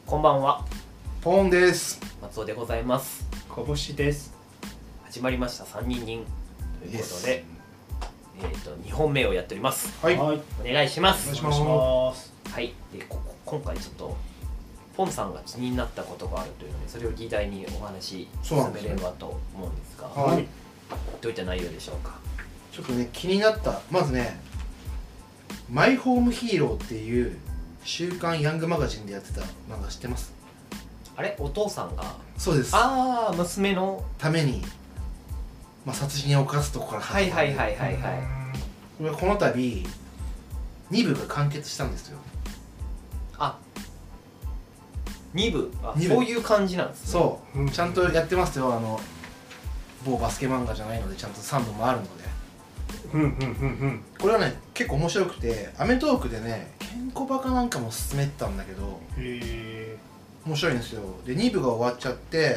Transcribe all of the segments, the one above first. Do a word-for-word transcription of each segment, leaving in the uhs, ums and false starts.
こんばんは、 ポーンです。 松尾でございます。 こぼしです。 始まりましたさんにんにんということで、えー、とにほんめをやっております。 はい、 はい、 お願いします。 お願いします。 はい、でここ今回ちょっとポンさんが気になったことがあるというので、それを議題にお話し進めれればと思うんですが、 はい、 どういった内容でしょうか。 ちょっとね、気になった、まずね、マイホームヒーローっていう週刊ヤングマガジンでやってた漫画知ってます？ あれ、お父さんが、 そうです。 ああ、娘のために、まあ、殺人を犯すとこからはいはいはいはいはい。 これはこの度に部が完結したんですよ。 あ、に部、あ、 に部そういう感じなんですね。 そう、 うん、 ちゃんとやってますよ。あの某バスケ漫画じゃないのでちゃんとさん部もあるので、 うんうんうんうんこれはね結構面白くて、アメトーークでねケンコバかなんかも勧めてたんだけど、 へえ面白いんですよ。でに部が終わっちゃって、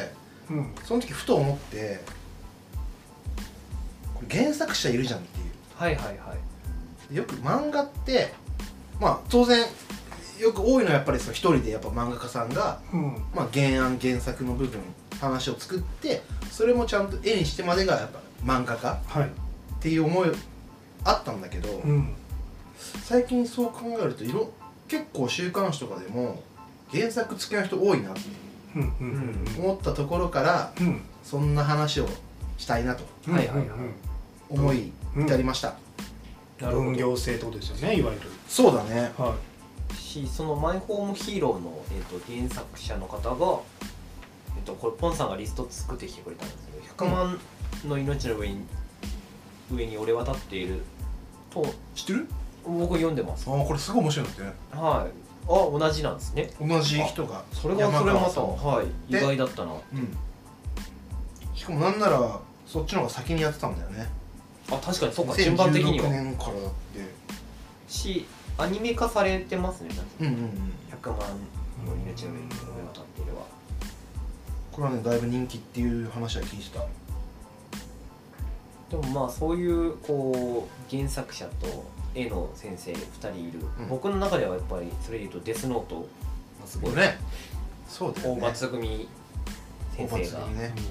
ー、うんその時ふと思って、これ原作者いるじゃんっていう。 はいはいはい。 よく漫画ってまあ当然よく多いのはやっぱりその一人でやっぱ漫画家さんが、 うんまあ、原案原作の部分話を作って、それもちゃんと絵にしてまでがやっぱ漫画家はいっていう思いあったんだけど、 うん最近そう考えると色結構週刊誌とかでも原作付きの人多いなってうんうんうん思ったところから、 うんそんな話をしたいなとはいはいはい思い至りました。 なるほど。 分業制ってことですよね、いわゆる。 そうだね。 はし、そのマイホームヒーローの、えー、と原作者の方が、えー、とこれポンさんがリスト作ってきてくれたんですけど、ひゃくまんの命の上に、上に俺は立っていると知ってる？ 僕読んでます。 ああ、これすごい面白いんだってね。 はい。あ、同じなんですね。 同じ人が。 それがそれまた、 山川さんはい、意で外だったな。 うん。しかもなんならそっちの方が先にやってたんだよね。 あ、確かにそうか、順番的には。 にせんじゅうろくねんからだって。 し、アニメ化されてますね。 うんうんうん。 ひゃくまんの命の上に俺は立っているわ。 これはねだいぶ人気っていう話は聞いてた。 でもまあそういうこう原作者と絵の先生ふたりいる、 うん、 僕の中ではやっぱりそれでいうとデスノートがすごいね。そうだよ大ね。 松組先生が大松組ね。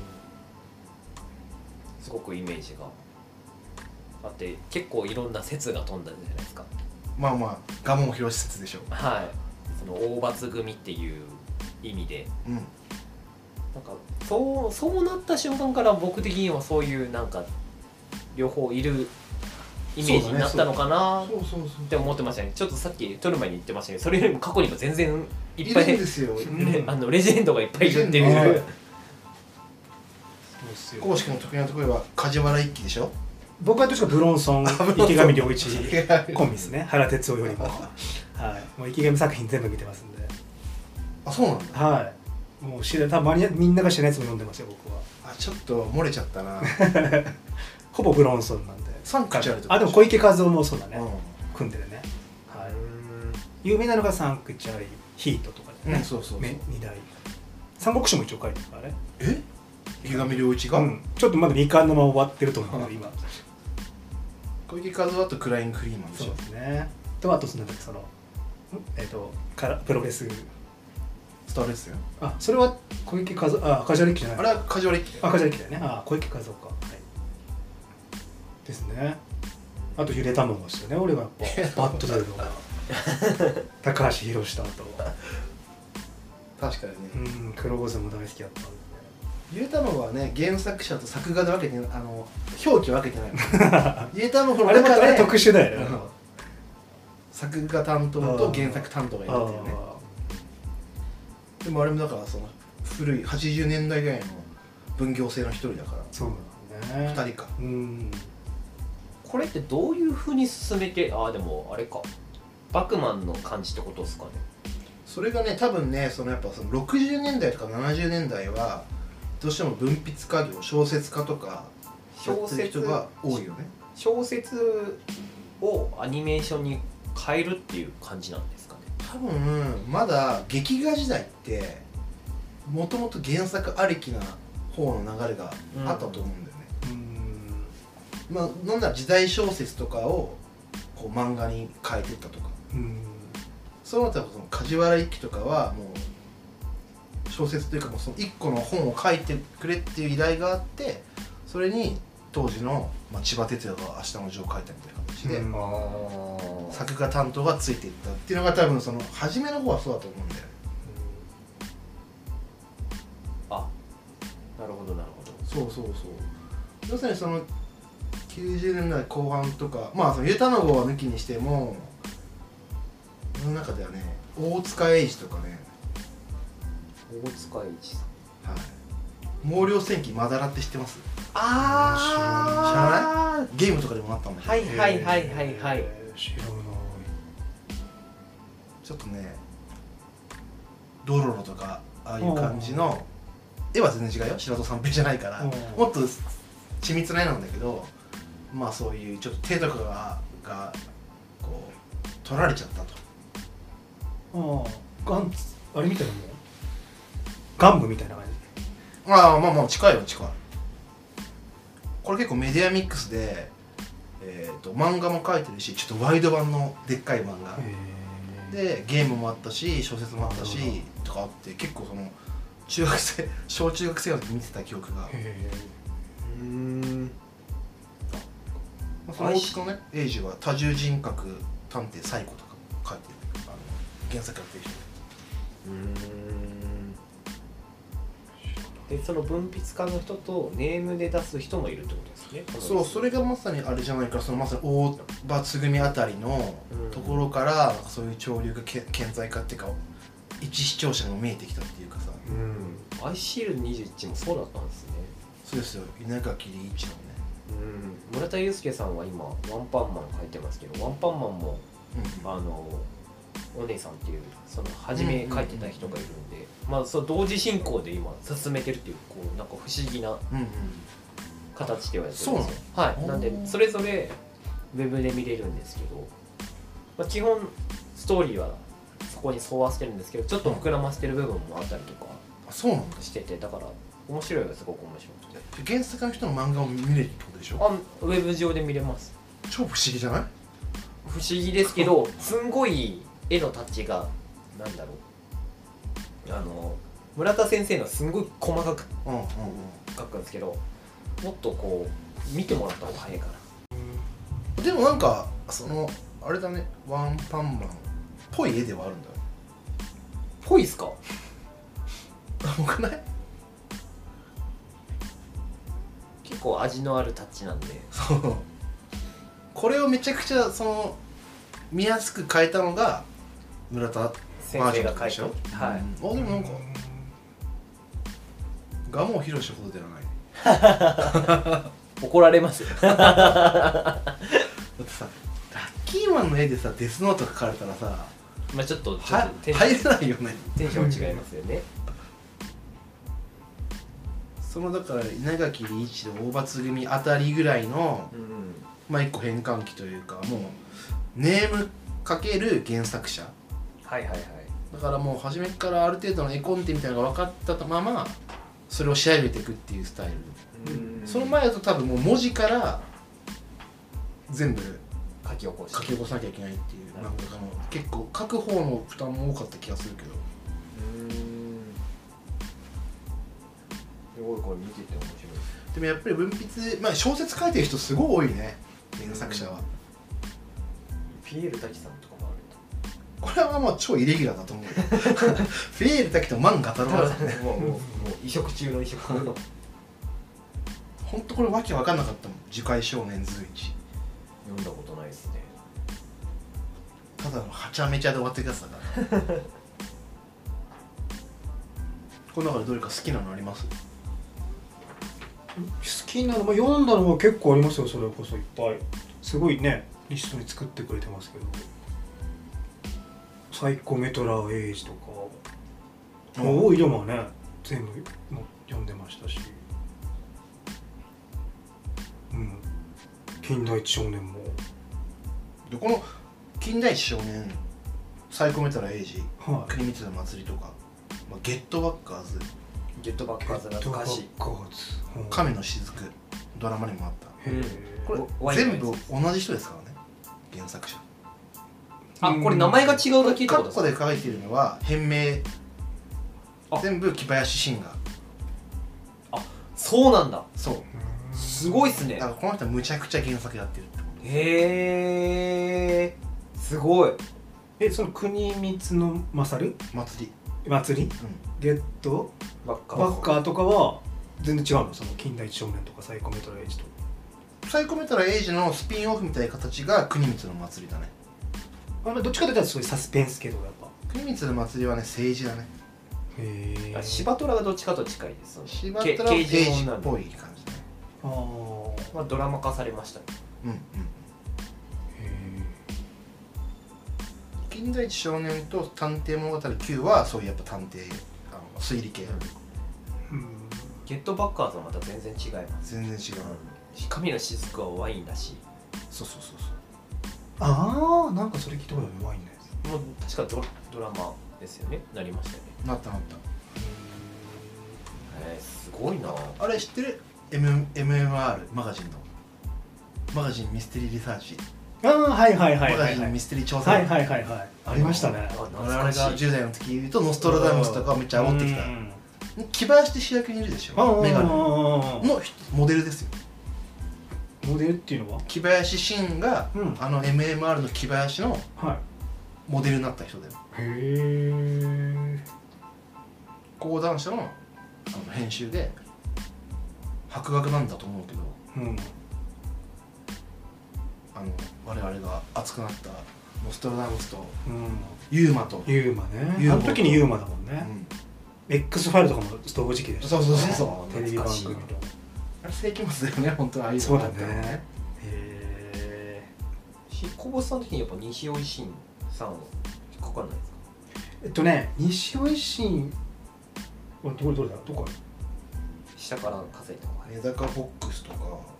すごくイメージがあって、結構いろんな説が飛んだじゃないですか。 まあまあ蒲生博説でしょ。 はい、その大松組っていう意味で、 うん。 なんかそうそうなった瞬間から僕的にはそういうなんか両方いるイメージになったのかなそうそうそうって思ってましたね。ちょっとさっき撮る前に言ってましたけど、それよりも過去にも全然いっぱいいるんですよ。 ね、あのレジェンドがいっぱいいるっていう。 レジェンドはいそうですよ。 公式の得意なところは梶原一騎でしょ。 僕はどっちかブロンソン、 ブロンソン池上良一コンビですね。原哲夫よりも。はい。もう池上作品全部見てますんで。 あ、そうなんだ。 はい。もう知ら多分みんなが知らないやつも読んでますよ、僕は。 あ、ちょっと漏れちゃったな。 ほぼブロンソンなんで。 サンクチュアリとか。 あ、でも小池和夫もそうだね。 うん。 組んでるね。はい。有名なのがサンクチュアリ、ヒートとかね。 うん、そうそうそう。 め二大。三国志も一応書いてるからね。 え？池上良一が？ うん。ちょっとまだ未完のまま終わってると思うけど今。 小池和夫だとクライン・フリーマンでしょ。 そうですね。とあとそのそのえっとからプロレス。 スターレスよ。 あ、それは小池和夫、あ、梶原一騎じゃない。 あれは梶原一騎だよ。 あ、梶原一騎だよね。あ、小池和夫か。はい。ですね。あとゆで卵ですよね。俺がやっぱバッと出るのが高橋宏した後。 確かにね。 うん、クローズも大好きだったんで。 ゆで卵はね、原作者と作画で分けて、あの表記分けてないゆで卵のあれまた中で特殊だよね。 うん作画担当と原作担当がいるんだよね。でもあれもだからその古いはちじゅうねんだいぐらいの分業制の一人だから。 そうだね。 ふたりか。 うん。 これってどういう風に進めて、ああでもあれか、バクマンの感じってことですかね。 それがね、多分ね、そのやっぱそのろくじゅうねんだいとかななじゅうねんだいはどうしても文筆家業、小説家とかやってる人が多いよね。 小説をアニメーションに変えるっていう感じなんですかね。 多分まだ劇画時代ってもともと原作ありきな方の流れがあったと思うんだよね。 うん。 まあなんなら時代小説とかをこう漫画に変えてったとか。 うん。 そうなったらその梶原一騎とかはもう小説というかもうそのいっこの本を書いてくれっていう依頼があって、それに当時の、まあ、千葉哲也が「明日のジョー」を書いたみたいな形で、 うん、 作画担当がついていったっていうのが多分その初めの方はそうだと思うんだよね。 あ、なるほどなるほど。 そうそうそう。要するにそのきゅうじゅうねんだいこう半とか、まあそのゆで卵は抜きにしても、世の中ではね、大塚栄治とかね、 大塚栄治さん、 はい、毛量戦記まだらって知ってます？ あ知らない？ゲームとかでもあったんだけど、 はいはいはいはいはい、 知らない。 ちょっとね、ドロロとかああいう感じの絵は全然違うよ、白戸三平じゃないから、もっと緻密な絵なんだけど、まあそういうちょっと手とかががこう取られちゃったと。 ああ、ガンツあれみたいなもん、ガンムみたいな感じ。 ああ、まあまあ近いよ近い。これ結構メディアミックスで、えー、と漫画も描いてるし、ちょっとワイド版のでっかい漫画で、ゲームもあったし小説もあったしとかあって、結構その中学生小中学生の時見てた記憶が。 へうーん、 まあ、その大塚のね栄治は多重人格探偵サイコとか書いてる、あの原作やってる人。 うーん、でその文筆家の人とネームで出す人もいるってことですね。 そう、それがまさにあれじゃないか、そのまさに大場つぐみあたりのところから、うん、そういう潮流がけ顕在化っていうか、一視聴者にも見えてきたっていうかさ、 うん、アイシールドにじゅういちもそうだったんですね。 そうですよ、稲垣理一のね、 うん、村田祐介さんは今ワンパンマン書いてますけど、ワンパンマンも、うん、あのお姉さんっていうその初め書いてた人がいるんで、まあそう同時進行で今進めてるっていう、こうなんか不思議な形ではやってるんですよ。はい、なんでそれぞれウェブで見れるんですけど、まあ、基本ストーリーはそこに沿わせてるんですけど、ちょっと膨らませてる部分もあったりとかしてて、だから面白いはすごく面白くて。 原作の人の漫画を見れるってことでしょ？ あ、ウェブ上で見れます。 超不思議じゃない？ 不思議ですけど、すんごい絵のタッチがなんだろう、あの村田先生のすんごい細かく描くんですけど、もっとこう見てもらった方が早いかな。 でもなんかそのあれだね、ワンパンマンっぽい絵ではあるんだよ。 ぽいっすか？ 多くない？ 結構味のあるタッチなんで。 そう。これをめちゃくちゃその見やすく変えたのが村田先生が描いた。はい。 あ、でもなんか蒲生宏ほどではない。 怒られますよ。 だってさ、ラッキーマンの絵でさデスノート描かれたらさ、 まあちょっとちょっとテン入れないよね。 テンション違いますよね。 そのだから稲垣理一の大場つぐみあたりぐらいの、うん、まあ一個変換期というか、もうネームかける原作者。 はいはいはい。 だからもう初めからある程度の絵コンテみたいなのが分かったままそれを仕上げていくっていうスタイル。うん、その前だと多分もう文字から全部書き起こし書き起こさなきゃいけないっていう、なんか結構書く方の負担も多かった気がするけど。 うーん、すごいこれ見てて面白い。 でもやっぱり文筆、まあ小説書いてる人すごい多いね、原作者は。 ピエール滝さんとかもあると。これはまあ超イレギュラーだと思うよ。ピエール滝と漫画太郎だね。 もうもうもう移植中の移植の。 ほんとこれわけわかんなかったもん、樹海少年随一。 読んだことないですね。 ただのはちゃめちゃで終わってるやつだから。この中でどれか好きなのあります？ 好きなの、まあ、読んだのも結構ありますよ。それこそいっぱいすごいね、一緒に作ってくれてますけど、サイコメトラーエイジとか、うん、多い色もね全部の読んでましたし、うん、金田一少年も。 でこの金田一少年、サイコメトラーエイジ、 はい、 国光の祭りとか、まあ、ゲットバッカーズ、 ゲットバッカーズ懐かしい、 亀の雫、ドラマにもあった。 へこれ全部同じ人ですからね、原作者。 あ、これ名前が違うだけってことですか？ カッコで書いてるのは変名全部木林慎が。 そうなんだ。 そうすごいっすね。 だからこの人はむちゃくちゃ原作やってるってこと。 へえ、すごい。 え、その国光の勝る祭り、 祭り、 うゲットバッカバッカーとかは全然違うの？その近代一少年とかサイコメトラエイジと。 ん、サイコメトラエイジのスピンオフみたいな形が国光の祭りだね。 あのどっちかというとそういうサスペンス系とかやっぱ。 国光の祭りはね政治だね。 へえ。 柴虎がどっちかと近いです。 柴虎は刑事っぽい感じだね。 ああ。 まあドラマ化されましたね。 うんうん。 へ近代一少年と探偵物語きゅうはそういうやっぱ探偵、あの推理系、 え。うん。 ゲットバッカーとはまた全然違います。 全然違う、 神の雫はワインだし、 そうそうそうああ、なんかそれ聞いたことある。ワインのやつ。 もう確かドドラマですよね。なりましたよね。 そうなったなったえー、すごいな。 あれ知ってる？ エムエムエムアール マガジンのマガジンミステリーリサーチ、 ああ、はいはいはいはいはいマガジンミステリー調査、 はいはいはいはいありましたね。 あ我懐 々がかしい。 じゅう代の時言うとノストラダムスとかめっちゃ煽ってきた。 うん木林って主役にいるでしあょ、メガネあのモデルですよ。 モデルっていうのは、 木林慎が、 うんあの エムエムアール の木林のはモデルになった人だよ。 い。へえ。 講談社の、あの編集で博学なんだと思うけど、 うん。 あの我々が熱くなったノストラダムスとうん。 ユーマと、 ユーマね。 ユーマあの時にユーマだもんね。 うん X ファイルとかも同時期でしたね。 そうそうそうそうテレビ番組の。 あれ世紀末だよね、本当はああいうそうだねのがあったのへえ。 し小坊さんの時にやっぱ西尾維新さん引っかかんないですか？ えっとね、西尾維新はどれどれだ？どこある？ 下から稼いだ方がメダカボックスとか、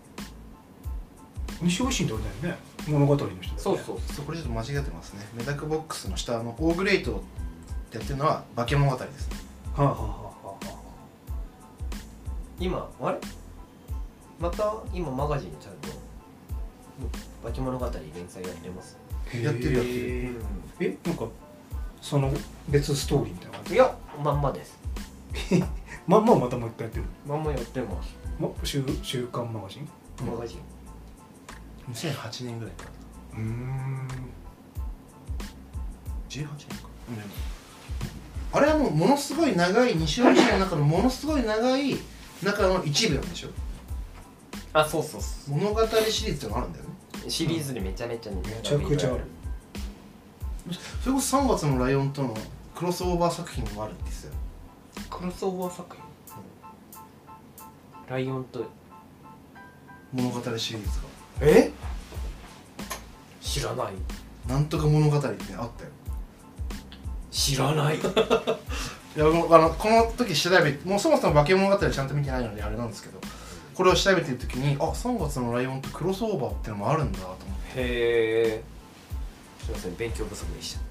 西尾維新ってあれだよね。物語の人だよね。 そうそう。 そうこれちょっと間違ってますね。メダカボックスの下のオーグレイトってやってるのは化け物語ですね。 はあはあはあはあ。 今あれまた今マガジンちゃんと化け物語連載やってます。 やってるやってるへえ。え、なんかその別ストーリーみたいな感じ。 いやまんまです。 まんまをまたもう一回やってる。 まんまやってます。 ま週週刊マガジン。 マガジン。 にせんはちねんぐらいかな。 うーん。 じゅうはちねんか、うん、あれはもうものすごい長い西尾維新の中のものすごい長い中の一部なんでしょ。 あ、そうそうそ物語シリーズってのがあるんだよね。 う。シリーズでめちゃめちゃめめちゃくちゃある。 それこそさんがつのライオンとのクロスオーバー作品もあるんですよ。 クロスオーバー作品。ライオンと物語シリーズえ？知らない。 がなんとか物語ってあったよ。 知らない。 いやもうあのこの時調べて、もうそもそも化け物語ちゃんと見てないのであれなんですけど、これを調べてる時にあさんがつのライオンとクロスオーバーってのもあるんだと思って。 へえ。すいません、勉強不足でした。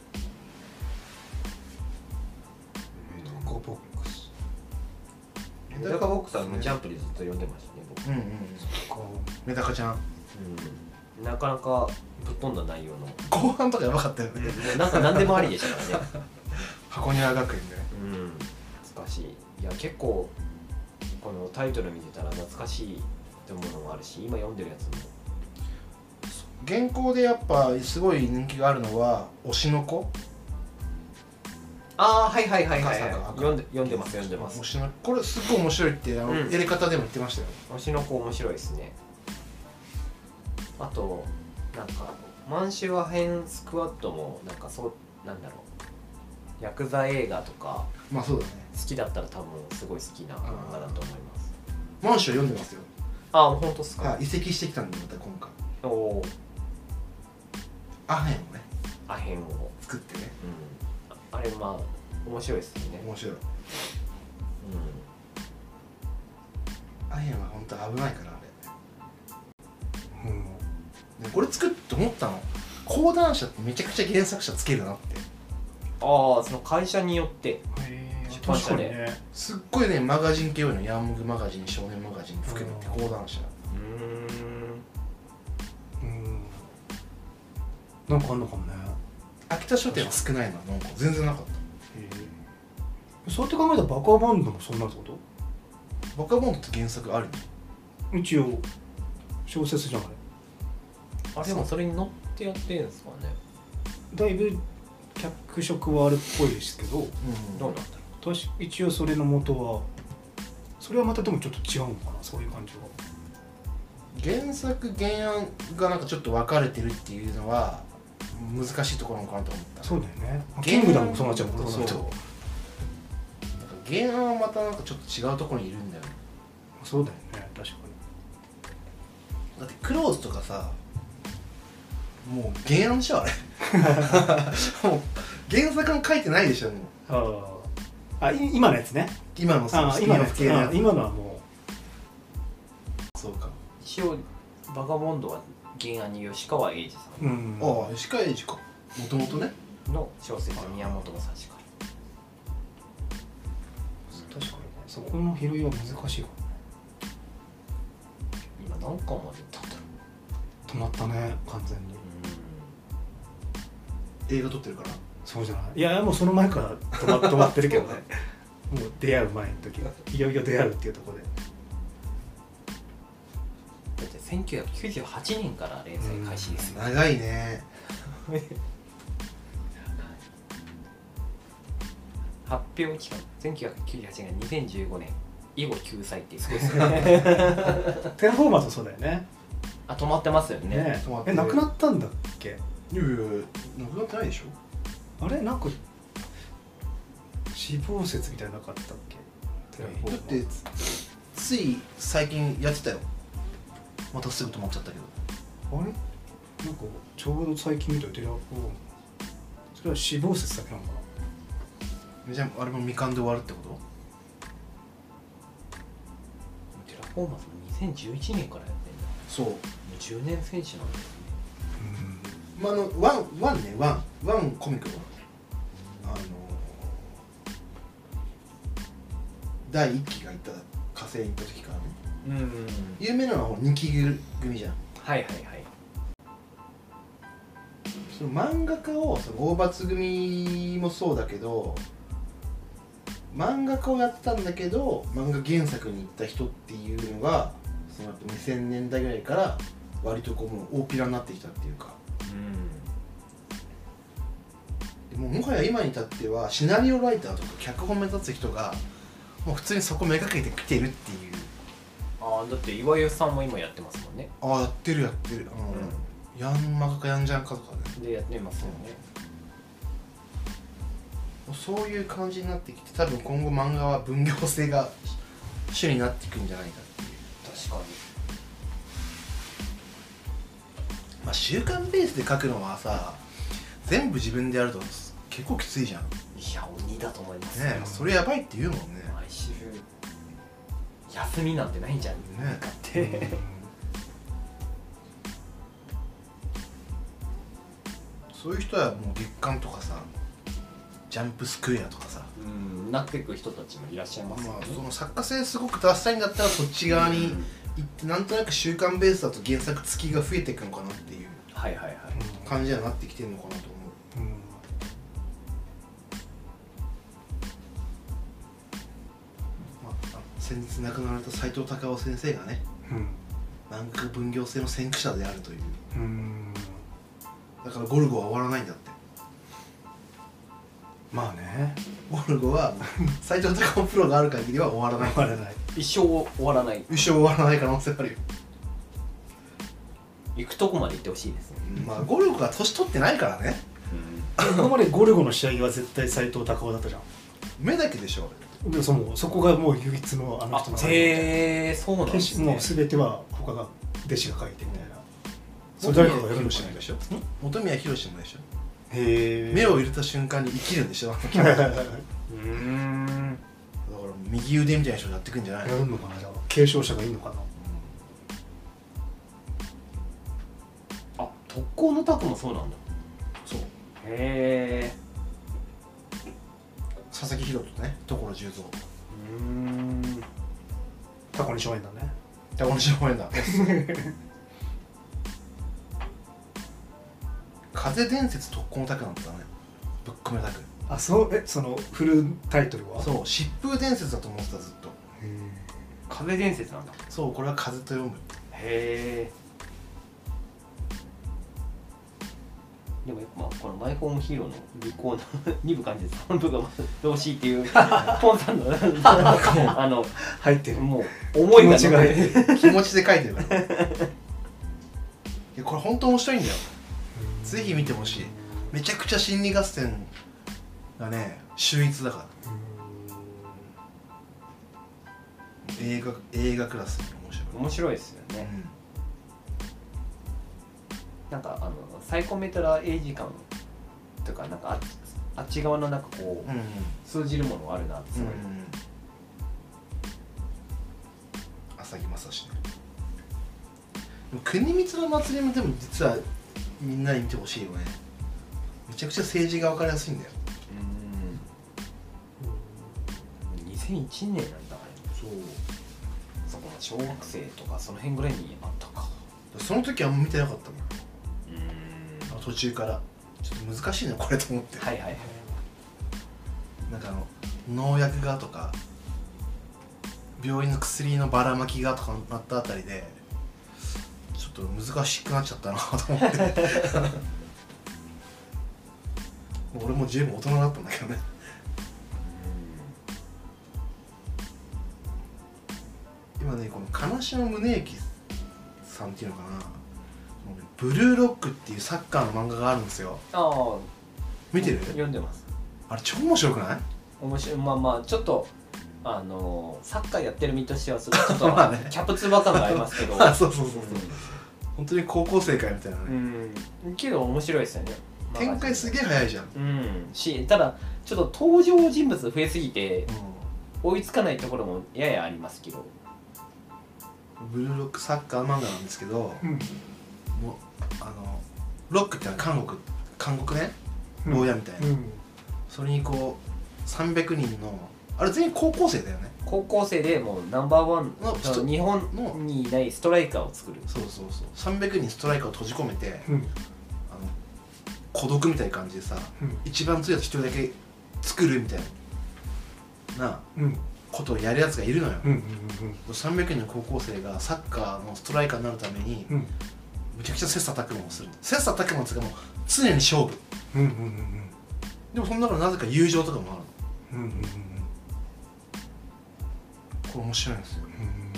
メダカボックス。 メダカボックスはジャンプでずっと読んでましたね、僕。 うんうんメダカちゃんうん、なかなかぶっ飛んだ内容の、 後半とかやばかったよね、 うん、なんか何でもありでしたからね。 箱庭学園で。 うん、懐かしい。いや結構このタイトル見てたら懐かしいって思うのもあるし、今読んでるやつも現行でやっぱすごい人気があるのは推しの子。 ああはいはいはいはい、はい、 赤坂読んで読んでます読んでます。 推しのこれすっごい面白いってあの、 うんやり方でも言ってましたよ。 推しの子面白いですね。あとなんかマンシュアヘンスクワットもなんかそうなんだろう、ヤクザ映画とかまあそうだね。 好きだったら多分すごい好きな漫画だと思います。 マンション読んでますよ。 ああ本当っすか。 あ移籍してきたんでまた今回おおアヘンをねアヘンを、 作ってね。 うん、あれまあ面白いですよね。 面白い。 うアヘンは本当危ないからあれ。 うん。 でこれ作って思ったの、講談社ってめちゃくちゃ原作者つけるなって。 ん、ああその会社によってへえ。 出版社で確かにね。 すっごいねマガジン系多いの、ヤングマガジン、少年マガジン含めて講談社。 うーんうん。なんかあんのかもね。 秋田書店は少ないの、なんか全然なかった。 へえ。 そうやって考えたらバカバンドもそうなるってこバカボンドって原作あると？一応小説じゃない？ あでもそれに乗ってやってるんですかね。 だいぶ脚色はあるっぽいですけど、 の？ どうなんだろ確か一応それの元はそれはまたでもちょっと違うのかな、そういう感じは。 原作原案がなんかちょっと分かれてるっていうのは難しいところなのかなと思った。 そうだよね。キングダムもそうなっちゃうもんね。 そうそうなんか原案はまたなんかちょっと違うところにいるんだよね。 そうだよね、確かだってクローズとかさ、もう原案でしょあれもう原作も書いてないでしょもう。 ああ、い今のやつね。 今のさあスピンオフ系のやつ。 今のはもそうか。 う。一応バガボンドは原案に吉川英治さう、うん、 ああ吉川英治か。もともとね。 んの小説宮本武蔵から。 確かにね、そこの拾いは難しいかもね。 今何巻までいったんだろ止まったね、完全に。 映画撮ってるから。 そうじゃない。いや、もうその前から止ま止まってるけどね。もう出会う前の時はいよいよ出会うっていうところで。 だってせんきゅうひゃくきゅうじゅうはちねんから連載開始ですよ。 長いね。 発表期間せんきゅうひゃくきゅうじゅうはちねんにせんじゅうごねん以後救済ってすごいですよね。 テラフォーマーズそうだよね。 あ止まってますよね。 ね止まってえ、なくなったんだっけ？ いやいやなくなってないでしょ。 あれなんか死亡説みたいなのなかったっけ？テラフォーマだってーズつい最近やってたよ。またすぐ止まっちゃったけど。 あれなんかちょうど最近見たよテラフォーマーズ。それは死亡説だけなのかな？ じゃああれも未完で終わるってこと？ テラフォーマーズもにせんじゅういちねんからやってんだ。 そう。 もうじゅうねん選手なんですね。 まああのワンワンねワンワンコミックはあのだいいっきが行った火星に行った時からね。 うん。 有名なのはにき組じゃん。 はいはいはい。 その漫画家をその大罰組もそうだけど漫画家をやってたんだけど漫画原作に行った人っていうのがそのやっぱにせんねんだいぐらいから割とこうもう大っぴらになってきたっていうか、 うん。 もうもはや今に至ってはシナリオライターとか脚本目指す人がもう普通にそこめがけてきてるっていう。 ああだって岩井さんも今やってますもんね。 ああやってるやってる、うん、ヤンマガかヤンジャンかとかね。 でやってますよね。 もうそういう感じになってきて多分今後漫画は分業制が主になっていくんじゃないかっていう。 確かに。 まあ週刊ベースで書くのはさ全部自分でやると結構きついじゃんいや鬼だと思いますね。それやばいって言うもんね。 毎週休みなんてないんじゃんねかってそういう人はもう月刊とかさジャンプスクエアとかさ、 うんなっていく人たちもいらっしゃいますよね。 まあ、その作家性すごく出したいんだったらそっち側に行ってなんとなく週刊ベースだと原作付きが増えていくのかなっていうはいはいはい。 感じにはなってきてるのかなと思う。 うん、 まあ、先日亡くなられた斎藤隆夫先生がねうん漫画分業制の先駆者であるという。 うんだからゴルゴは終わらないんだって。 まあねゴルゴは斎藤隆夫プロがある限りは終わらない。 終わらない。 一生終わらない。 一生終わらない可能性あるよ。 行くとこまで行ってほしいですね。 まあゴルゴが年取ってないからね。 今までゴルゴの試合は絶対斎藤隆夫だったじゃん。 目だけでしょ。 でそのそこがもう唯一のあの人のへえそうなんですね。 もう全ては他が弟子が書いてみたいな。それ誰かがやるのかもでしょ。本宮宏もでしょ。 へえ。 目を入れた瞬間に生きるんでしょ。 うーん。 だから右腕みたいな人やってくんじゃないの。 やるのかな。じゃあ継承者がいいのかな。 あ特攻のタクもそうなんだ。 そう。 へえ。 佐々木宏とね所十三。 うーん。 タコに正面だね。 タコに正面だ。風伝説特攻のタクなんだね。ぶっ込めタク。 あ、そうえそのフルタイトルはそう疾風伝説だと思ってたずっと。 風伝説なんだ。 そうこれは風と読む。 へえ。でもやっぱこのマイホームヒーローのにコーナーに部完結さん部がどうしいっていうポンさんのあの入ってるもう思いが気持ちが入ってる気持ちで書いてるからいやこれ本当面白いんだよ。ぜひ見てほしい。めちゃくちゃ心理合戦がね秀逸だから、映画映画クラスに面白い。 面白いですよね、 うん、 なんかあのサイコメトラエイジ感とかなんか あ, あっち側のなんかこう、 うんうん、 通じるものがあるなってすごい、 うん、浅木正史ね。でも国光の祭りもでも実はみんなに見てほしいよね。めちゃくちゃ政治が分かりやすいんだよ。 うんにせんいちねんなんだあれ。 そうそこの小学生とかその辺ぐらいにあったか。 その時あんま見てなかったもん。 うんあの途中からちょっと難しいなこれと思って、 はいはいはい。 なんかあの農薬がとか病院の薬のばらまきがとかなったあたりでちょっと難しくなっちゃったなと思って俺も十分大人だったんだけどね。今ねこの金島宗之さんっていうのかな、ブルーロックっていうサッカーの漫画があるんですよ。 ああ見てる？ 読んでます。 あれ超面白くない？ 面白い。まあまあちょっとあのサッカーやってる身としてはそれちょっとまあねキャプツバ感がありますけどあそうそうそうそう、本当に高校生かよみたいなね、 うんうんけど面白いですよね。 展開すげえ早いじゃん、 うんしただちょっと登場人物増えすぎてう追いつかないところもややありますけど、 ん、ブルーロックサッカー漫画なんですけど、 うんもうあのロックってのは韓国韓国ねうん牢屋みたいな、 うんそれにこうさんびゃくにんのあれ全員高校生だよね。 高校生でもうナンバーワンの人日本にいないストライカーを作る。 そうそうそうさんびゃくにんストライカーを閉じ込めて、 うんあの孤独みたいな感じでさうん一番強いやつひとりだけ作るみたいななうんことをやるやつがいるのよ、 うんうんさんびゃくにんの高校生がサッカーのストライカーになるためにうんむちゃくちゃ切磋琢磨をする。切磋琢磨っていうかもう常に勝負うんうんうんでもその中でなぜか友情とかもあるの。 うんうんうんこれ面白いんですよ。 だ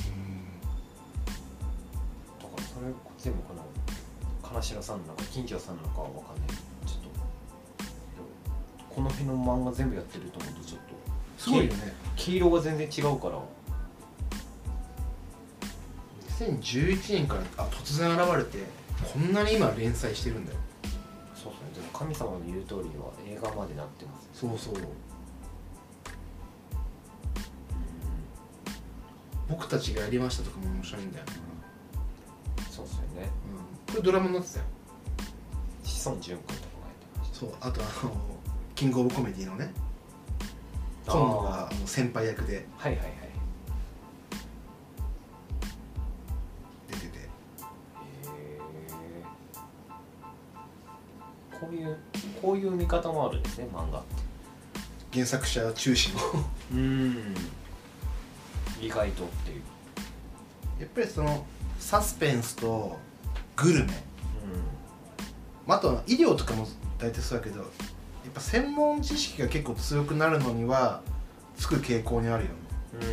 からそれ全部この金城さんなのか金城さんなのかは分かんない。ちょっとこの辺の漫画全部やってると思うとちょっとすごいよね。 黄色が全然違うから。 にせんじゅういちねんからあ突然現れてこんなに今連載してるんだよ。 そうですね。でも神様の言う通りは映画までなってます。 そうそう僕たちがやりましたとかも面白いんだよな。 そうですよね。 うん、これドラマになってたよ。 志尊淳君とかがやってました。 そうあとあのキングオブコメディのね今度はあの先輩役ではいはいはい。 出てて、 へーこういうこういう見方もあるんですね漫画って。 原作者中心のうん意外とっていう。 やっぱりそのサスペンスとグルメ、 うまあ、あとは医療とかも大体そうだけどやっぱ専門知識が結構強くなるのにはつく傾向にあるよね。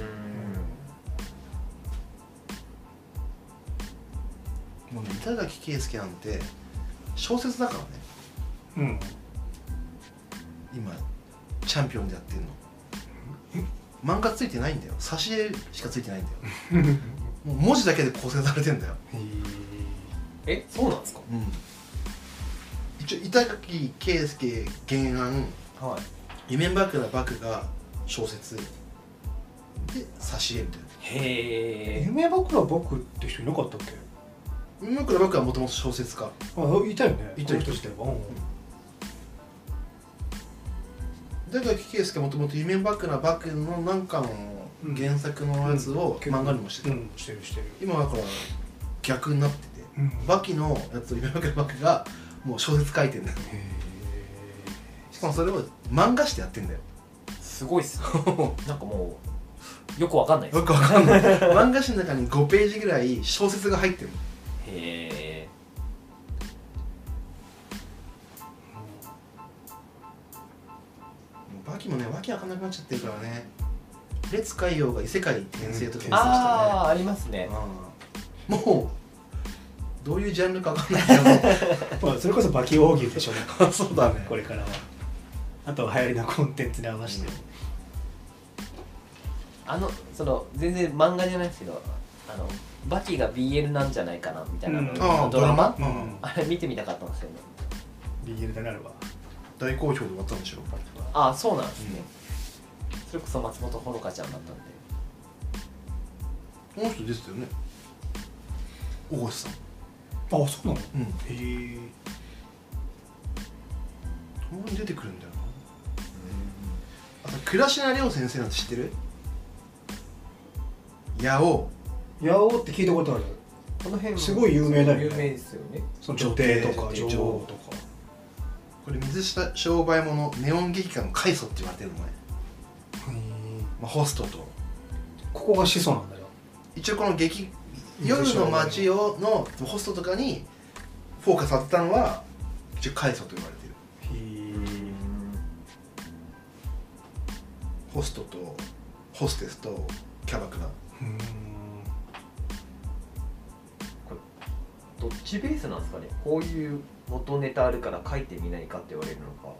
んもうね板垣圭介なんて小説だからねうん今チャンピオンでやってるの漫画ついてないんだよ。挿絵しかついてないんだよもう文字だけで構成されてんだよ。 えそうなんですか。 うん一応板垣圭介原案はい夢枕幕が小説で挿絵みたいな。 へえ。 夢枕僕って人いなかったっけ？ 夢枕幕はもともと小説家。 あ、いたよね。 いたいたこの人自体は。 板垣圭介はもともと夢枕幕のなんかの原作のやつを漫画にもしてた、 うん、してるしてる。 今だから逆になってて、 うんバキのやつを夢枕幕がもう小説書いてるんだよ。 へししかもそれを漫画してやってんだよ。 すごいっすねなんかもうよくわかんないですよくわかんない漫画誌の中にごページぐらい小説が入ってるの。 へえ。 バキもね、わけわかんなくなっちゃってるからね。列海洋が異世界転生と転生したね、 ああありますね。 うん、もうどういうジャンルかわかんないけどまあそれこそバキ大喜利でしょうねそうだね。 これからは。あとは流行りのコンテンツに合わせて、 あのその全然漫画じゃないですけど、あのバキが ビーエル なんじゃないかなみたいなの、 うん、 ああドラマ、 うん、 あれ見てみたかったんですよね。 ビーエル でなるわ。 大好評で終わったんでしょ。 ああそうなんですね、うん、それこそ松本穂香ちゃんだったんで。 この人ですよね、大越さん。 あ、そうなの。 うん、へえ。 たまに出てくるんだよな。あと倉科亮先生なんて知ってる？八尾。 八尾って聞いたことある。 この辺すごい有名だよね。 有名ですよね。 その女帝とか女王とか。 これ水下商売物ネオン劇家の開祖って言われてるのね。まあ、ホストとここが始祖なんだよ。 一応この劇夜の街をのホストとかにフォーカス当てたのは一応開祖と言われてる。ホストとホステスとキャバクラ。 うん、 これどっちベースなんですかね。こういう元ネタあるから書いてみないかって言われるのか。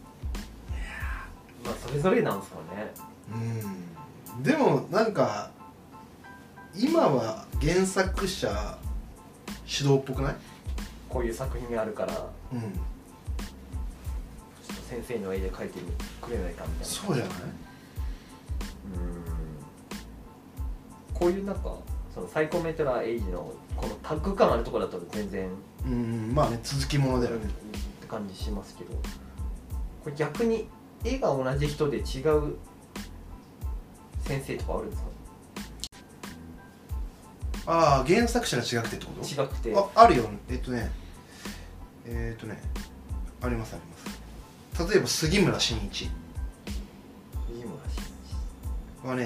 まあそれぞれなんですかね。 うんでもなんか今は原作者主導っぽくない？ こういう作品があるから、 うん、 ちょっと先生の絵で描いてくれないかみたいな。 そうじゃない？ うん、こういうなんかそのサイコメトラエイジのこのタッグ感あるところだと全然うんまあね続きものだよね、 って感じしますけど、これ逆に絵が同じ人で違う先生とかあるんですかね。 ああ原作者が違くてってこと？ 違くてあ, あるよ。えっとねえっとねありますあります。例えば杉村真一藤村真はね、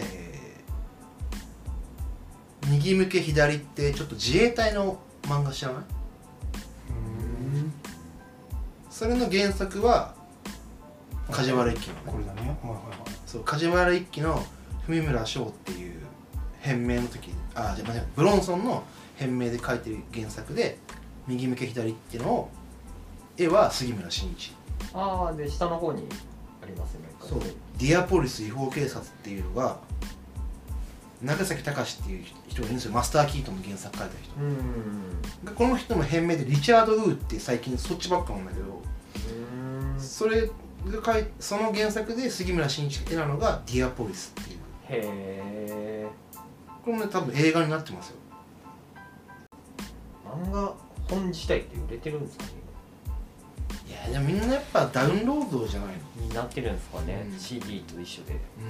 えー、右向け左ってちょっと自衛隊の漫画知らない？ うんそれの原作は梶原一騎のね、 これだね。はいはいはい。 そう梶原一騎の文村翔っていう変名の時、あじゃあ間違えた、ブロンソンの変名で書いてる原作で右向け左っていうのを絵は杉村真一。 ああで下の方にありますね。 そうディアポリス違法警察っていうのが長崎隆っていう人がいるんですよ。マスター・キートンの原作書いた人。 うんこの人の変名でリチャード・ウーって最近そっちばっかなんだけど、 うんそれが書いその原作で杉村真一が絵なのがディアポリスっていう。 へえ。 これもね多分映画になってますよ。 漫画本自体って売れてるんですかね。 いやでもみんなやっぱダウンロードじゃないの？ になってるんですかね、 うん、 シーディー と一緒で。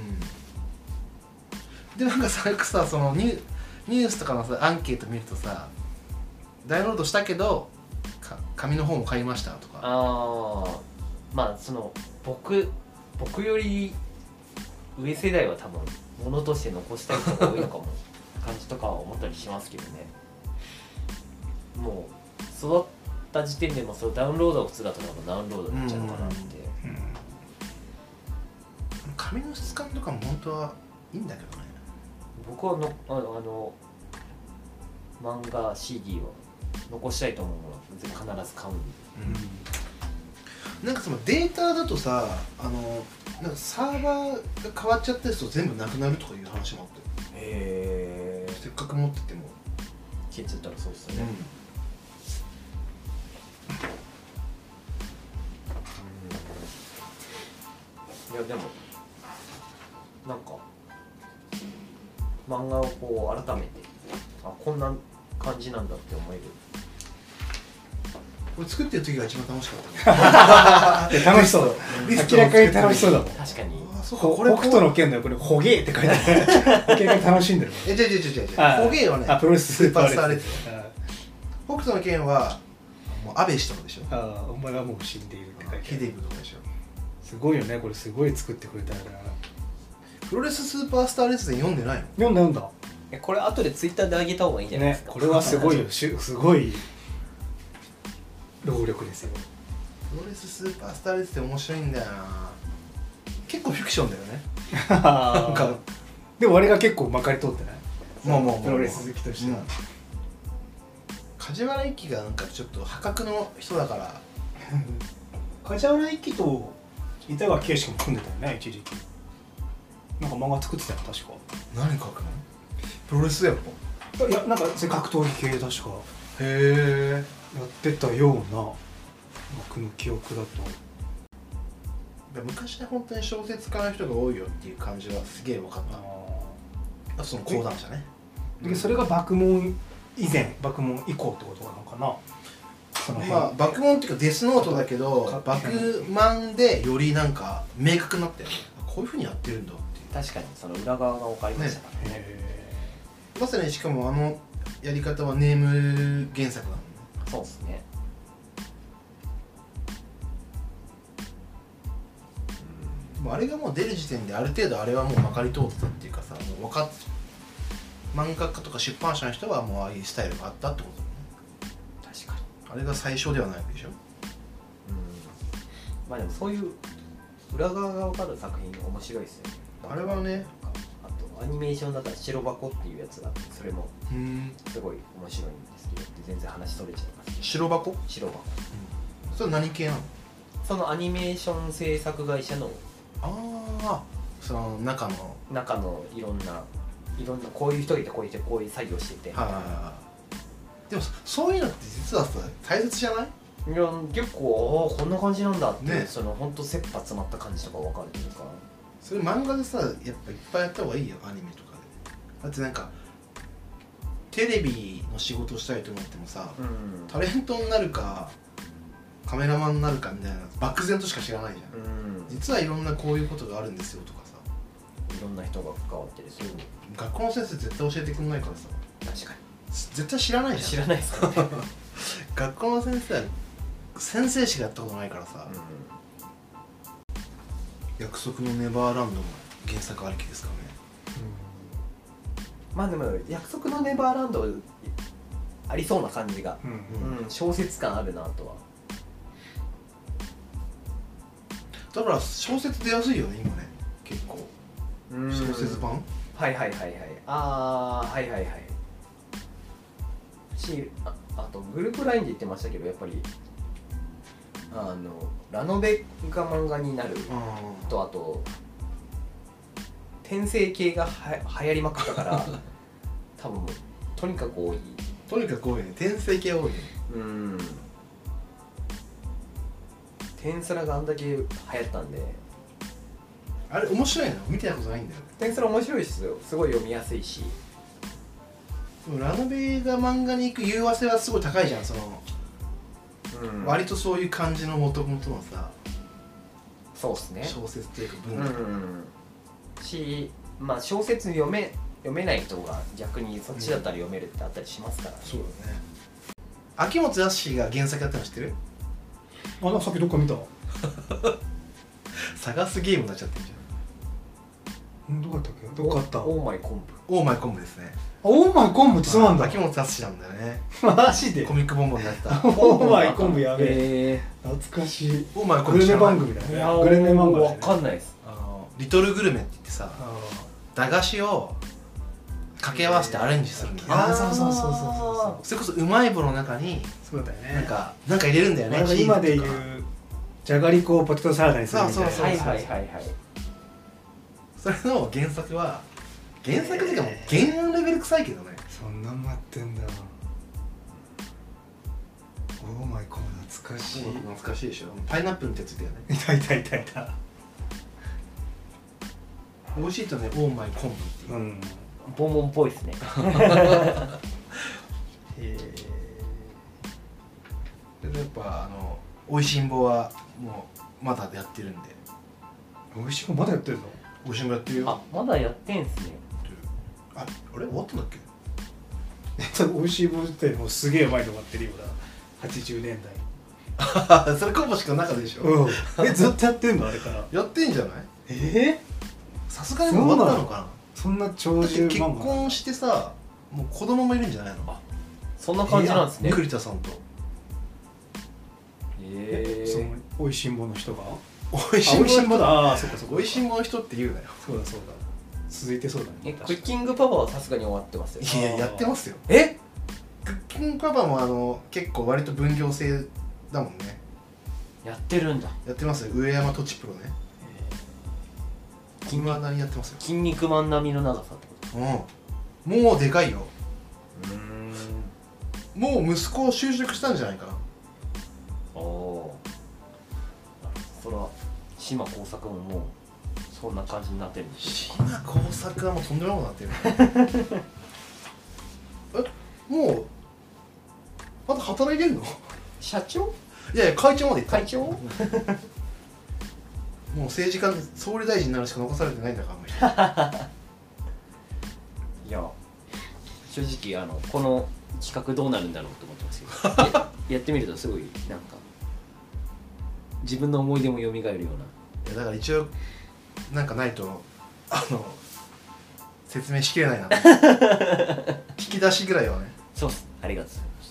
うんでなんかさよくさそのニュニュースとかのさアンケート見るとさダウンロードしたけどか紙の方も買いましたとか。 ああまあその僕僕より上世代は多分物として残したい人が多いのかも感じとかは思ったりしますけどね。もう育った時点でもそのダウンロードが普通だと多分ダウンロードになっちゃうのかなって、 うん、 紙の質感とかも本当はいいんだけどね。 僕はのあのあの漫画 シーディー は残したいと思うのは必ず買うんで、 うん、なんかそのデータだとさあのなんかサーバーが変わっちゃったやつと全部なくなるとかいう話もあってへえ。 せっかく持ってても消えちゃったらそうですよね、うん、いやでもなんか漫画をこう改めてあこんな感じなんだって思える。 これ作ってる時が一番楽しかったね楽しそうだ。明らかに楽しそうだもん。 確かに。 あそうかこれ北斗の拳のこれホゲーって書いてある。明らかに楽しんでるもん。 え違う違う違う違うホゲーはねあプロレススーパースターレッツ北斗の拳はもう安倍氏とかでしょ。 ああお前はもう死んでいるって書いてある。 ヒデブとかでしょ。 すごいよね、これすごい作ってくれたよね。 プロレススーパースター列伝読んでないの？ 読んだ読んだえこれ後でツイッターで上げた方がいいんじゃないですか、 ね、これはすごいよしゅすごい労力ですよ。 プロレススーパースター列伝面白いんだよな。結構フィクションだよね。 なんかでもあれが結構まかり通ってない？ まあまあまあまあプロレス好きとしては、 うん梶原一騎がなんかちょっと破格の人だから梶原一騎と板川圭介も組んでたよね、一時期。なんか漫画作ってたよ確か。 何書くの？プロレスやっぱ。 いやなんか格闘技系確かへえ。 やってたような僕の記憶だと。 昔は本当に小説家の人が多いよっていう感じはすげえ分かった。あとその講談社ね。 でそれが幕門以前幕門以降ってことなのかな。そのまあ幕門っていうかデスノートだけど幕満でよりなんか明確になったよね。こういうふうにやってるんだっていう。 確かにその裏側が分かりましたからね。 まさにしかもあのやり方はネーム原作だもんね。 そうですね。 もうあれがもう出る時点である程度あれはもうまかり通ってたっていうかさ、もう分かっ漫画家とか出版社の人はもうああいうスタイルがあったってことだね。 確かに。 あれが最初ではないわけでしょ。 うん。まあでもそういう裏側が分かる作品面白いですよね。 あれはね。 あとアニメーションだったら白箱っていうやつがあってそれもうんすごい面白いんですけど全然話それちゃいますけど。 白箱？ 白箱。 それは何系なの？ そのアニメーション制作会社のああ、その中の中のいろんないろんなこういう人がいてこういう人こういう作業してて、 はいはいはい。でもそういうのって実はさ大切じゃない？ いや結構ああこんな感じなんだって、 ね、 その本当切羽詰まった感じとか分かるというか。 それ漫画でさやっぱいっぱいやった方がいいよ、アニメとかで。だってなんかテレビの仕事をしたいと思ってもさ、 うん、 タレントになるかカメラマンになるかみたいな漠然としか知らないじゃん、 うん、 実はいろんなこういうことがあるんですよとかさ、 いろんな人が関わってる。そういう学校の先生絶対教えてくんないからさ、 確かに絶対知らないじゃん。 知らないですかね学校の先生は先生しかやったことないからさ、 うん、 約束のネバーランドも原作ありきですからね。 まあでも約束のネバーランドありそうな感じが、 うんうんうん、小説感あるなとは。 だから小説出やすいよね今ね、結構うん小説版。 はいはいはいはい。ああはいはいはい。し あ, あとグループラインで言ってましたけどやっぱりあのラノベが漫画になると、あと転生系がは流行りまくったから多分とにかく多い。 とにかく多いね、転生系多いね。 うん。転スラがあんだけ流行ったんで。 あれ面白いの見てたことないんだよ。 転スラ面白いですよ。すごい読みやすいし。 でもラノベが漫画に行く融和性はすごい高いじゃん。その、うん、割とそういう感じの元々のさ、 そうっすね、 小説っていうか文化、 うんし、まあ小説読め読めない人が逆にそっちだったら読めるってあったりしますから、ね、 そうだね。秋元康が原作やったの知ってる？ あ、なんかさっきどっか見た探すゲームになっちゃってるじゃん。どこだったっけ？どこあった？ オーマイ昆布。 ゃん。オーマイコンブですね。 オーマイ昆布ってそうなんだ。 秋元康なんだよね。 マジでコミックボンボンになったオーマイ昆布やべえ、 え懐かしい。 オーマイコンブグルメ番組だー、いね。 やグルメ漫画だわね。 かんないです。 あのリトルグルメって言ってさ、駄菓子を掛け合わせてアレンジするんだよね。 ああ、そうそうそうそうそうそれこそうまい棒の中にそうだよね。 なんかなんか入れるんだよね。 なんか今で言チーズとかうじゃがりこをポテトサラダにするみたいな。 そうそうそうはいはいはいはい。 それの原作は原作っていうかもう原案レベル臭いけどね。 そんなん待ってんだ。オーマイコン懐かしい。 懐かしいでしょ。パイナップルってやつだよね。 いたいたいたいた。 美味しいとね、オーマイコンブっていう、 うん、 ボンボンっぽいですねえー、でやっぱあのおいしんぼはもうまだやってるんで。 おいしいもんまだやってるの？ おいしんぼやってるよ。 あ、まだやってんすね。 あ、あれ終わったんだっけ？ おいしいもんってもうすげえ前に終わってるよな。はちじゅうねんだい。 それ小星君の中でしょ。 うんえずっとやってんのあれからやってんじゃない。 えさすがにもう終わったのかな。 そんな長だって結寿漫画婚してさ、もう子供もいるんじゃないの。 そんな感じなんですね。 栗田さんと。 へそのえ。 おいしんぼの人がおいしんぼあおいしんぼだああそっかそっかおいしんぼの人って言うなよ。 そうだそうだ続いてそうだねえ、クッキングパパはさすがに終わってますよ。 いややってますよ。 え？ クッキングパパもあの結構割と分業制だもんね。 やってるんだ。 やってますよ。上山とちプロね。 筋いまだにやってますよ。 筋肉マン並みの長さってこうん。もうでかいよ。 と。うーん。 もう息子を就職したんじゃないかな。 おお。それは島耕作ももうそんな感じになってるんでしょうか。 島耕作はもうとんでもなくなってる。え、もうまだ働いてんの？ 社長？ いやいや会長まで行った。 会長？ もう政治家総理大臣になるしか残されてないんだからあんまり。 いや正直あのこの企画どうなるんだろうと思ってますけどや, やってみるとすごいなんか自分の思い出も蘇るような。 いやだから一応なんかないとあの説明しきれないな引き出しぐらいはね。 そうっす。ありがとうございました。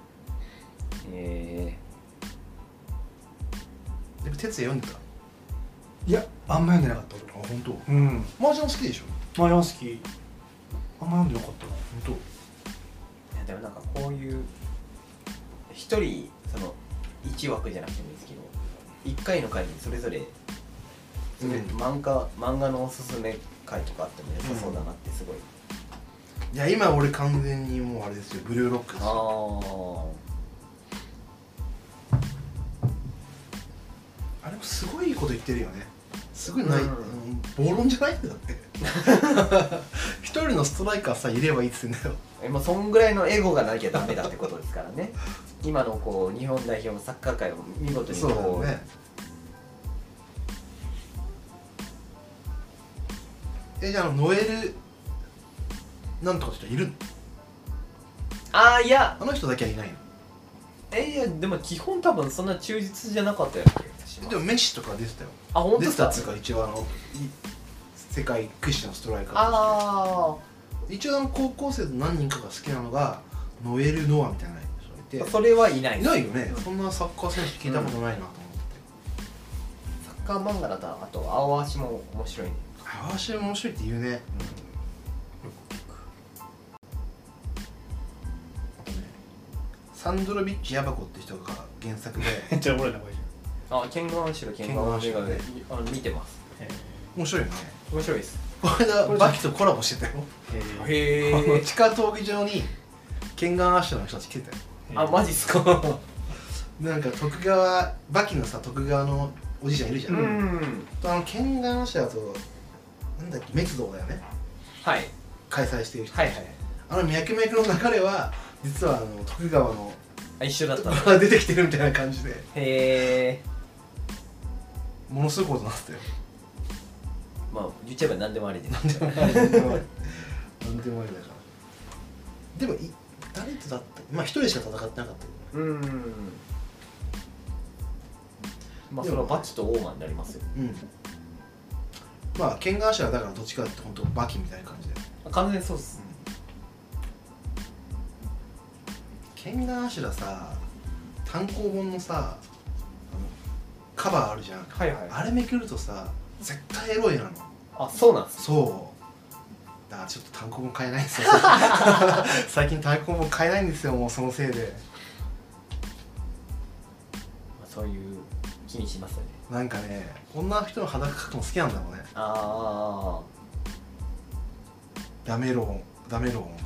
えでも哲也読んでた。 いやあんま読んでなかったあ本当。 俺うん麻雀好きでしょ。 マリアン好きあんま読んでなかったな本ー、いやでもなんかこういう一人その一枠じゃなくてもいいですけど一回の回にそれぞれそれ、 うん漫画漫画のおすすめ回とかあっても良さそうだなってすごい。 当。いや今俺完全にもうあれですよ。ブルーロックですあよ。 あ。 あれもすごいいいこと言ってるよね。すごいない、 うんうん、暴論じゃないんだって一人のストライカーさえいればいいっつってんだよ。 えまあそんぐらいのエゴがなきゃダメだってことですからね。今のこう日本代表のサッカー界を見事にそうだこう、 よね。えじゃあノエルなんとかって人いるの？ ああいやあの人だけはいないの？ えいやでも基本多分そんな忠実じゃなかったような気がします。 でもメッシとか出てたよ。 あ本当出ですか？ てたっつうか一応あのい世界屈指のストライカーとあして一応あの高校生と何人かが好きなのがノエル・ノアみたいな人がいて。 あそれはいないいないよね。そんなサッカー選手聞いたことないなと思って。 サッカー漫画だとあと青足も面白いね。 ああし面白いって言うね。サンドロビッチ・ヤバコって人が原作でめっちゃおもろい名前じあケンガンシロケンガンシロであの見てます。 ゃん面白いよね。 面白いです。 この間バキとコラボしてたよ。 へへあの地下闘技場にケンガンアッシュの人たち来てたよ。 あマジっすか？ なんか徳川バキのさ徳川のおじいちゃんいるじゃん。 うんあのケンガンアッシュだとなんだっけ滅道だよね。 はい開催してる人。 はいはい。 あの脈々の流れは実はあの徳川のあ一緒だったの。 が出てきてるみたいな感じでへえ。 ものすごいことになってたよ。 まあ言っちゃえば何でもありで。 なんでもありなんでもありなんでもありだからでもい誰とだったまあ一人しか戦ってなかったけどうん。まあそれはバキとオーマンになりますよ。 うんまあケンガンアッシュはだからどっちかって本当バキみたいな感じで完全にそうっす。 ケンガンアシュラさ単行本のさあのカバーあるじゃん。 はいはい。 あれめくるとさ絶対エロいなの。 あそうなんです。 そうだからちょっと単行本買えないんですよ最近単行本買えないんですよもうそのせいで。 まあそういう気にしますよね。 なんかね女の人の裸描くの好きなんだろうね。 あダメローンダメローンが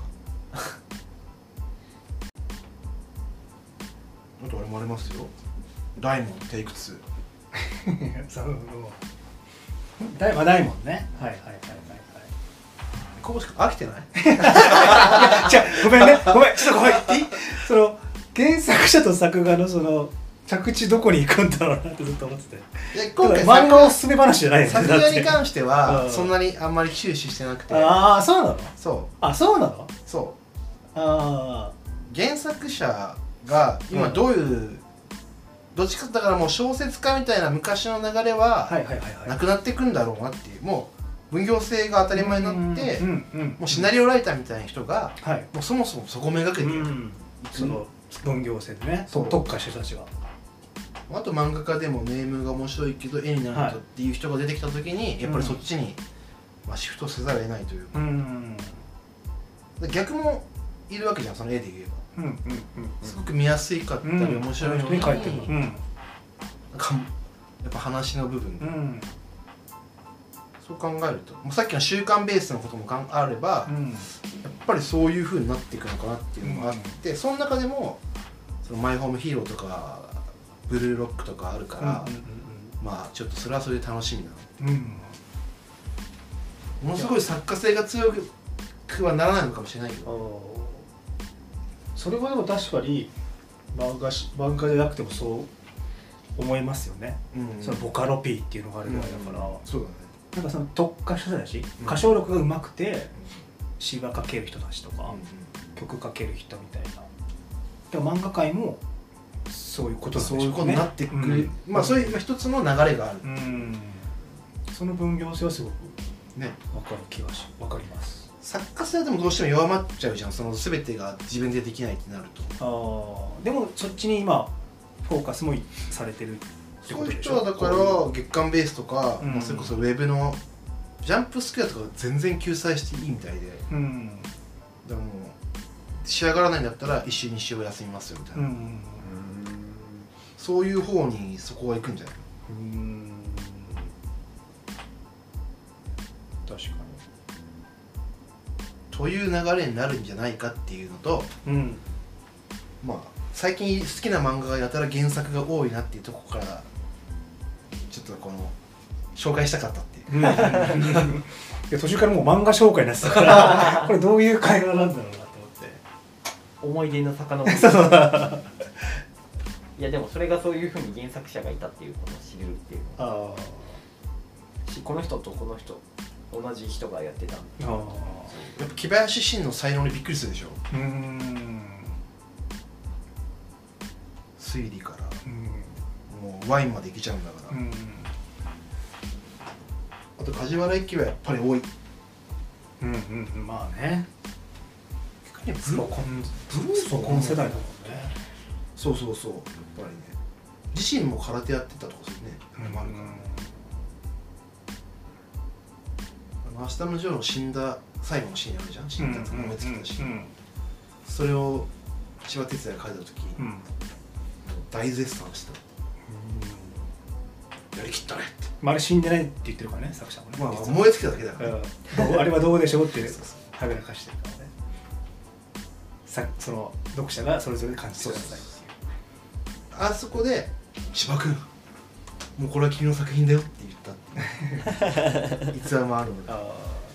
あとあれもありますよ。ダイモンテイクツー。 そうだいまあないもんねはいはいはいはいはいこうしか飽きてないじゃあごめんねごめんちょっとごめん言っていいその原作者と作画のその着地どこに行くんだろうなってずっと思ってていや今回漫画おすすめ話じゃないよね作画に関してうんはそんなにあんまり注視してなくて。 ああそうなのそあそうなのうそうあ原作者が今どういうどっちかだからもう小説家みたいな昔の流れははいはいはいはいなくなっていくんだろうなっていう、もう分業制が当たり前になってうんうんうんもうシナリオライターみたいな人がはいもうそもそもそこをめがけてる、 うんその分業制でねそう特化した人たちがあと漫画家でもネームが面白いけど絵になるとっていう人が出てきた時に、やっぱりそっちに、まあ、シフトせざるを得ないというか、 うんで逆もいるわけじゃん、その絵で言えばうんうんすごく見やすいかったりうん面白いのに、 書いてるうんなんかやっぱ話の部分、 うんそう考えるともうさっきの習慣ベースのこともかんあれば、 うんやっぱりそういう風になっていくのかなっていうのがあって、うん、その中でもそのマイホームヒーローとかブルーロックとかあるから、 うんうんうんまあちょっとそれはそれで楽しみなうんものすごい作家性が強くはならないのかもしれないけど、 それはでも確かに漫画し漫画じゃなくてもそう思いますよね、 うん、 そのボカロ P っていうのがあるぐらいだから、 うん、そうだね、 なんかその特化した人たち、 うん歌唱力が上手くて詩が書ける人たちとか、 うんうん、 曲書ける人みたいなでも漫画界もそういうことなんでしょうね、 そういうことになってくる、 うんまあそういう一つの流れがある、 うんその分業性はすごくね、 分かる気がし分かります。 作家性はでもどうしても弱まっちゃうじゃん、その全てが自分でできないってなると。 ああでもそっちに今フォーカスもされてるってそういうことでしょ。 人はだから月刊ベースとか、 うんまあ、それこそウェブのジャンプスクエアとか全然救済していいみたいで、 うんでも仕上がらないんだったら一週二週は休みますよみたいな、 うんそういう方にそこは行くんじゃない？ うん確かという流れになるんじゃないかっていうのと、 にうんまあ最近好きな漫画がやたら原作が多いなっていうところからちょっとこの紹介したかったっていう。 うんいや途中からもう漫画紹介になってたからこれどういう会話なんだろうなと思って思い出の遡りいやでもそれがそういうふうに原作者がいたっていうことを知れるっていうのあしこの人とこの人同じ人がやってたんでああやっぱ木林真の才能にびっくりするでしょ。 あうん推理からうんもうワインまでいけちゃうんだから、 うんあと梶原一騎はやっぱり多い。 うんうんうんまあね逆にスポコンブルースポコン世代だもんね。 そうそうそう、やっぱりね自身も空手やってたとかするね、 うんあるからあの明日のジョーの死んだ最後のシーンあるじゃん、死んだやつが燃え尽きたし、 うんそれを千葉哲也が書いた時、 うんもう大絶賛したやりきったねって、 まああれ死んでないって言ってるからね作者もね。 まあ、 実は燃え尽きただけだから、 うんどうあれはどうでしょうってそうそうはぐらかしてるからね。さその読者がそれぞれ感じてくださいっていう。 あそこで千葉君もうこれは君の作品だよって言ったっていう逸話もあるのであ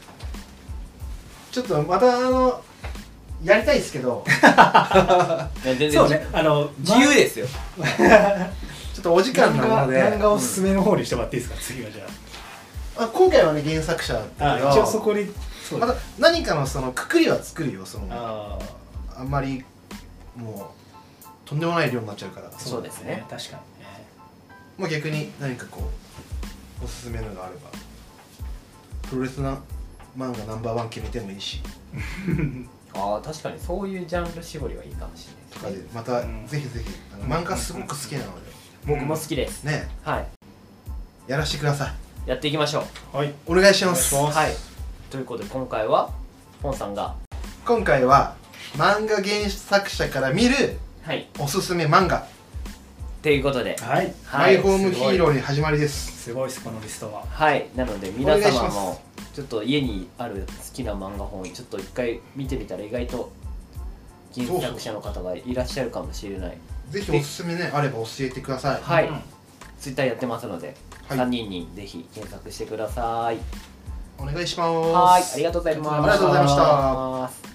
ちょっとまたあのやりたいですけどいや全然そうねあの自由ですよちょっとお時間なので漫画おすすめの方にしてもらっていいですか、次はじゃあ今回はね原作者だったあ。 けどあ一応そこにそうまた何かのそのくくりは作るよ、そのああんまりもうとんでもない量になっちゃうから、 あそうですね確かにね。 まあ、逆に何かこうおすすめのがあればプロレスな漫画ナンバーワン決めてもいいしああ確かにそういうジャンル絞りはいいかもしとかれないですねでまたうんぜひぜひあの漫画すごく好きなので僕も好きですねはいやらせてください、 やっていきましょはいお願いします。 お願いしますうはいということで今回はポンさんが今回は漫画原作者から見るはいおすすめ漫画、 ということではいはいマイホームヒーローに始まりです。 すごいですこのリストは。 はいなので皆お願いします様もちょっと家にある好きな漫画本ちょっと一回見てみたら意外と原作者の方がいらっしゃるかもしれないぜひおすすめねあれば教えてください。 はい、 うんツイッターやってますので、 はいさんにんにぜひ検索してください。 お願いします。 はい、ありがとうございます。 ありがとうございました。